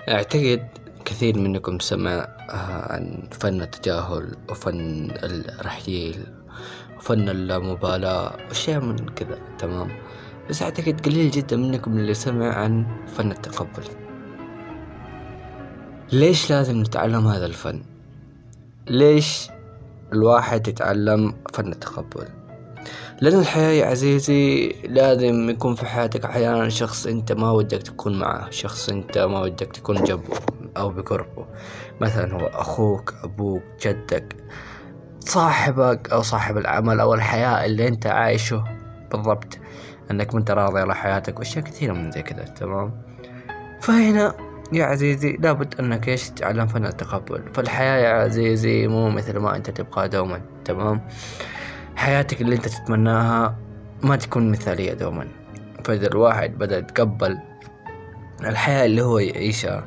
أعتقد كثير منكم سمع عن فن التجاهل وفن الرحيل وفن اللامبالاة وأشياء من كذا، تمام. بس أعتقد قليل جدا منكم اللي سمع عن فن التقبل. ليش لازم نتعلم هذا الفن؟ ليش الواحد يتعلم فن التقبل؟ لأن الحياة يا عزيزي لازم يكون في حياتك أحيانا شخص أنت ما ودك تكون معه، شخص أنت ما ودك تكون جنبه أو بقربه، مثلا هو أخوك، أبوك، جدك، صاحبك أو صاحب العمل أو الحياة اللي أنت عايشه بالضبط، أنك ما أنت راضي على حياتك وأشياء كثيرة من زي كذا، تمام. فهنا يا عزيزي لابد أنك تتعلم فن التقبل. فالحياة يا عزيزي مو مثل ما أنت تبقى دوما، تمام. حياتك اللي أنت تتمناها ما تكون مثالية دوما. فإذا الواحد بدأ يتقبل الحياة اللي هو يعيشها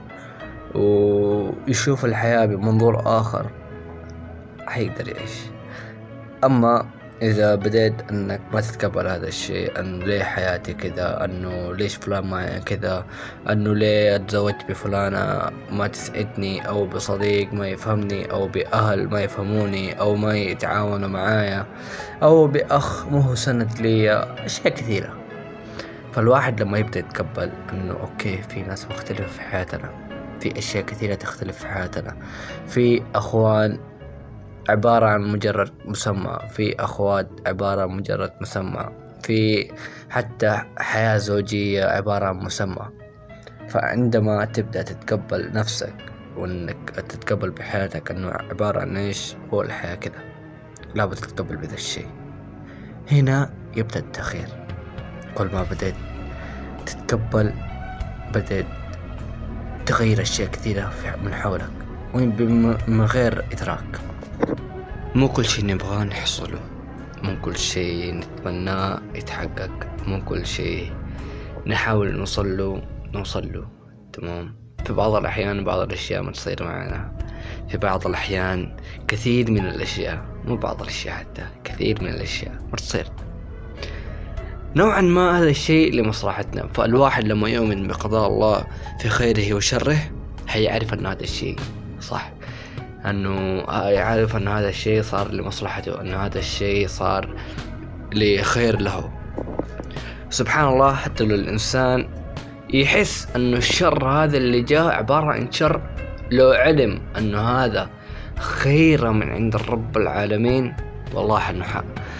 ويشوف الحياة بمنظور آخر حيقدر يعيش. أما إذا بدأت أنك ما تتقبل هذا الشيء، أنه ليه حياتي كذا، أنه ليش فلان معي كذا، أنه ليه أتزوجت بفلانة ما تسعدني، أو بصديق ما يفهمني، أو بأهل ما يفهموني، أو ما يتعاونوا معايا، أو بأخ مو سند لي، أشياء كثيرة. فالواحد لما يبدأ يتقبل أنه أوكي في ناس مختلفة في حياتنا، في أشياء كثيرة تختلف في حياتنا، في أخوان عبارة عن مجرد مسمى، في أخوات عبارة عن مجرد مسمى، في حتى حياة زوجية عبارة عن مسمى. فعندما تبدأ تتقبل نفسك وأنك تتقبل بحياتك أنه عبارة عن إيش هو الحياة كذا، لابد تتقبل بهذا الشيء. هنا يبدأ التغيير. كل ما بدأت تتقبل بدأت تغير أشياء كثيرة من حولك من غير إدراك. مو كل شيء نبغاه نحصله، مو كل شيء نتمناه يتحقق، مو كل شيء نحاول نوصله، تمام. في بعض الأحيان بعض الأشياء ما تصير معنا، في بعض الأحيان كثير من الأشياء، مو بعض الأشياء حتى كثير من الأشياء ما تصير. نوعا ما هذا الشيء لمصلحتنا. فالواحد لما يؤمن بقضاء الله في خيره وشره هيعرف أن هذا الشيء صح، أنه يعرف أن هذا الشيء صار لمصلحته، أن هذا الشيء صار لخير له. سبحان الله، حتى لو الإنسان يحس أنه الشر هذا اللي جاء عبارة عن شر، لو علم أنه هذا خير من عند الرب العالمين، والله أنه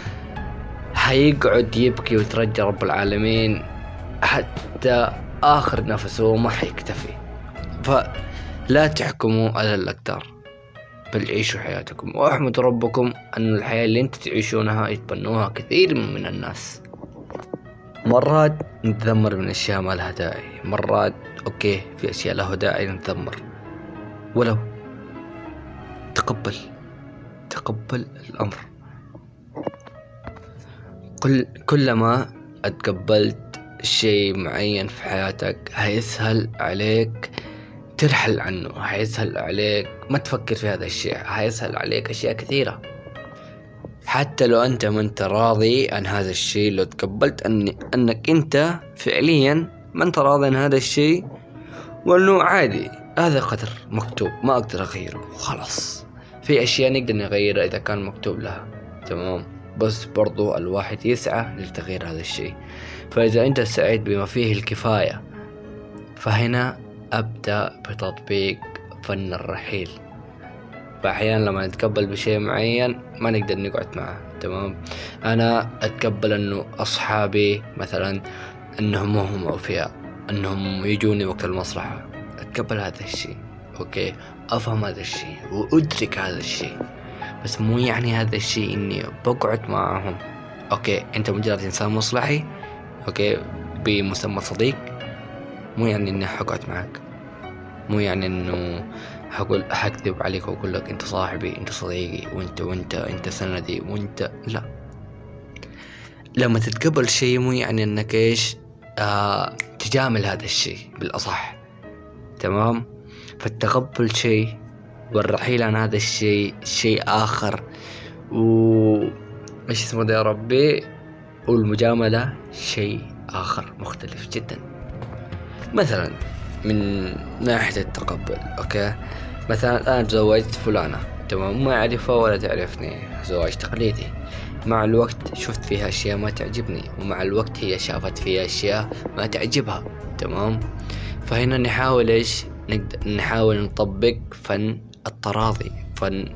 هيقعد يبكي ويترجى رب العالمين حتى آخر نفسه وما حيكتفي. فلا تحكموا على الأقدار، بل عيشوا حياتكم واحمدوا ربكم أن الحياة اللي انت تعيشونها يتبنوها كثير من الناس. مرات نتذمر من أشياء ما لها داعي، مرات أوكي في أشياء لها داعي نتذمر، ولو تقبل الأمر. كلما اتقبلت شيء معين في حياتك هيسهل عليك ترحل عنه، هيسهل عليك ما تفكر في هذا الشيء، هيسهل عليك أشياء كثيرة. حتى لو أنت ما أنت راضي عن هذا الشيء، لو تقبلت أنك أنت فعليا ما أنت راضي عن هذا الشيء، وأنه عادي هذا قدر مكتوب ما أقدر أغيره، خلاص. في أشياء نقدر نغيرها إذا كان مكتوب لها، تمام. بس برضو الواحد يسعى لتغيير هذا الشيء. فإذا أنت سعيت بما فيه الكفاية، فهنا أبدأ بتطبيق فن الرحيل. فأحيانا لما نتقبل بشيء معين ما نقدر نقعد معه، تمام. أنا أتقبل أنه أصحابي مثلا أنهم هم أوفياء، أنهم يجوني وقت المصلحة، أتقبل هذا الشيء، أوكي، أفهم هذا الشيء وأدرك هذا الشيء، بس مو يعني هذا الشيء إني بقعد معهم. أوكي، أنت مجرد إنسان مصلحي، أوكي، بمسمى صديق، مو يعني إني حقعد معك، مو يعني إنه حكذب عليك وأقول لك أنت صاحبي، أنت صديقي، وأنت أنت سندي، وأنت لا. لما تتقبل شيء مو يعني إنك تجامل هذا الشيء بالأصح، تمام. فالتقبل شيء والرحيل عن هذا الشيء شيء آخر، إيش اسمه ده يا ربي، والمجاملة شيء آخر مختلف جدا. مثلا من ناحية التقبل. أوكي، مثلا أنا تزوجت فلانة، تمام، ما أعرفها ولا تعرفني، زواج تقليدي. مع الوقت شفت فيها أشياء ما تعجبني، ومع الوقت هي شافت فيها أشياء ما تعجبها، تمام. فهنا نحاول إيش، نحاول نطبق فن التراضي، فن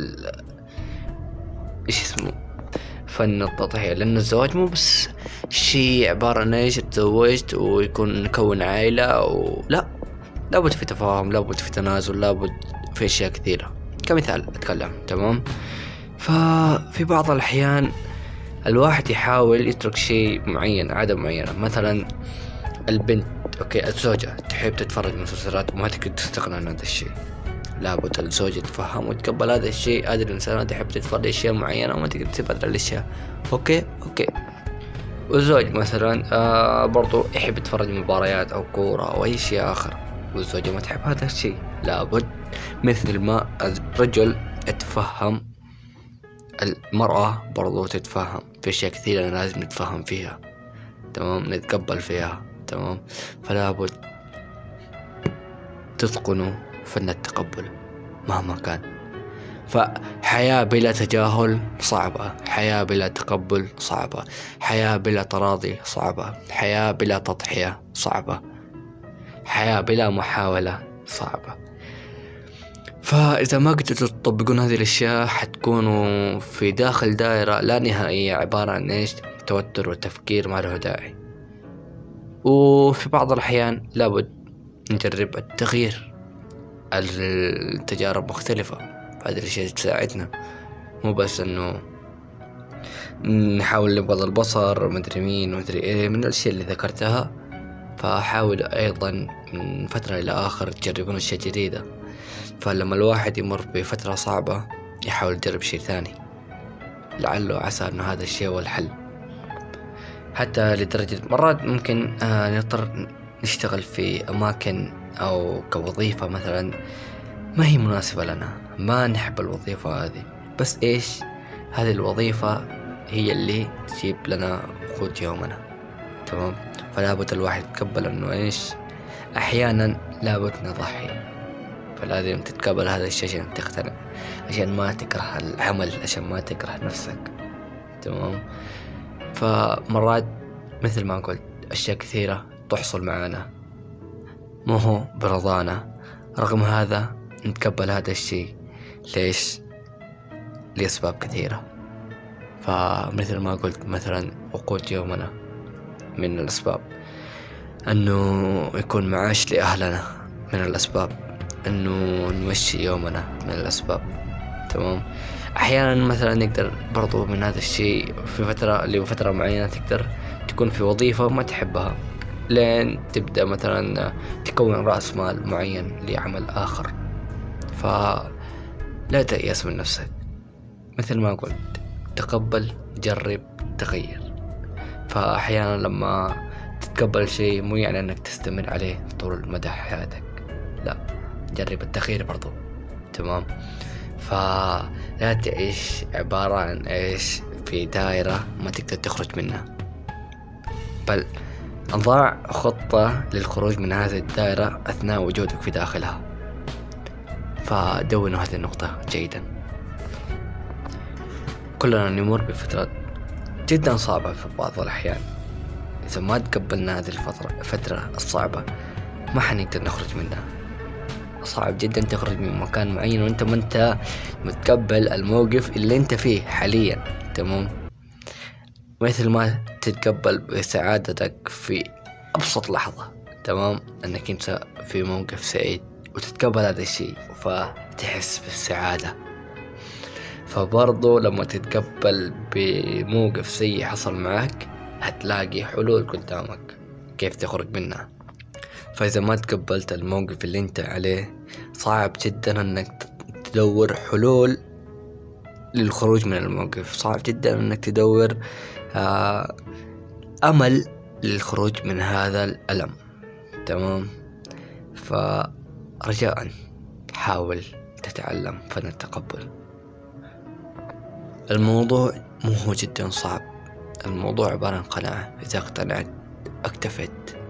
إيش اسمه، فن التضحية. لأن الزواج مو بس شيء عبارة عن إيش تزوجت ويكون نكون عائلة لا، لابد في تفاهم، لابد في تنازل، لابد في أشياء كثيرة. كمثال أتكلم، تمام. ففي بعض الأحيان الواحد يحاول يترك شيء معين، عادة معينة. مثلا البنت، أوكي، الزوجة تحب تتفرج مسلسلات وما تقدر تستغنى عن هذا الشيء، لابد الزوج يتفهم ويتقبل هذا الشيء. هذه الإنسانة تحب تتفرج أشياء معينة وما تقدر تبادر الأشياء، أوكي. والزوج مثلا برضو يحب يتفرج مباريات أو كورة أو أي شيء آخر، والزوجة ما تحب هذا الشيء. لابد مثل ما الرجل يتفهم، المرأة برضو تتفهم في أشياء كثيرة لازم نتفهم فيها، تمام، نتقبل فيها، تمام. فلابد تتقنوا فن التقبل مهما كان. فحياة بلا تجاهل صعبة، حياة بلا تقبل صعبة، حياة بلا تراضي صعبة، حياة بلا تضحية صعبة، حياة بلا محاولة صعبة. فإذا ما قدرتوا تطبقون هذه الأشياء حتكونوا في داخل دائرة لا نهائية، عبارة عن إيش، توتر وتفكير ما له داعي. وفي بعض الأحيان لابد نجرب التغيير، التجارب مختلفة. هذه الأشياء تساعدنا، مو بس إنه نحاول نبغض البصر مدري مين ومدري إيه من الأشياء اللي ذكرتها. فحاول أيضا من فترة إلى آخر تجربون أشياء جديدة. فلما الواحد يمر بفترة صعبة يحاول يجرب شيء ثاني، لعله عسى أنه هذا الشيء هو الحل. حتى لدرجة مرات ممكن نضطر نشتغل في أماكن أو كوظيفة مثلا ما هي مناسبة لنا، ما نحب الوظيفة هذه، بس إيش، هذه الوظيفة هي اللي تجيب لنا قوت يومنا، تمام. فلابد الواحد يتقبل أنه إيش، أحيانا لابد نضحي. فلازم تتقبل هذا الشيء عشان تقتنع، عشان ما تكره العمل، عشان ما تكره نفسك، تمام. فمرات مثل ما قلت أشياء كثيرة تحصل معنا مو هو برضانا، رغم هذا نتقبل هذا الشيء. ليش؟ لأسباب كثيرة. فمثل ما قلت مثلا وقوت يومنا من الأسباب، أنه يكون معاش لأهلنا من الأسباب، أنه نمشي يومنا من الأسباب، تمام. أحيانا مثلا نقدر برضو من هذا الشيء في فترة لفترة معينة تقدر تكون في وظيفة ما تحبها، لين تبدأ مثلا تكون رأس مال معين لعمل آخر. فلا تيأس من نفسك، مثل ما قلت تقبل، جرب، تغير. فأحيانا لما تتقبل شيء مو يعني أنك تستمر عليه طول مدى حياتك، لا، جرب التغيير برضو، تمام. فلا تعيش عبارة عن إيش، في دائرة ما تقدر تخرج منها، بل ضع خطة للخروج من هذه الدائرة أثناء وجودك في داخلها. فدونوا هذه النقطة جيدا. كلنا نمر بفترات جدا صعبة في بعض الأحيان، إذا ما تقبلنا هذه الفترة الصعبة ما حنقدر نخرج منها. صعب جدا تخرج من مكان معين وانت ما انت متقبل الموقف اللي انت فيه حاليا، تمام. مثل ما تتقبل بسعادتك في أبسط لحظة، تمام، أنك أنت في موقف سعيد وتتقبل هذا الشيء فتحس بالسعادة. فبرضو لما تتقبل بموقف سيء حصل معك هتلاقي حلول قدامك كيف تخرج منها. فإذا ما تقبلت الموقف اللي انت عليه صعب جدا أنك تدور حلول للخروج من الموقف، صعب جدا أنك تدور أمل للخروج من هذا الألم، تمام. فرجاء حاول تتعلم فن التقبل. الموضوع مو هو جدا صعب، الموضوع عبارة عن قناعة، إذا اقتنعت اكتفيت.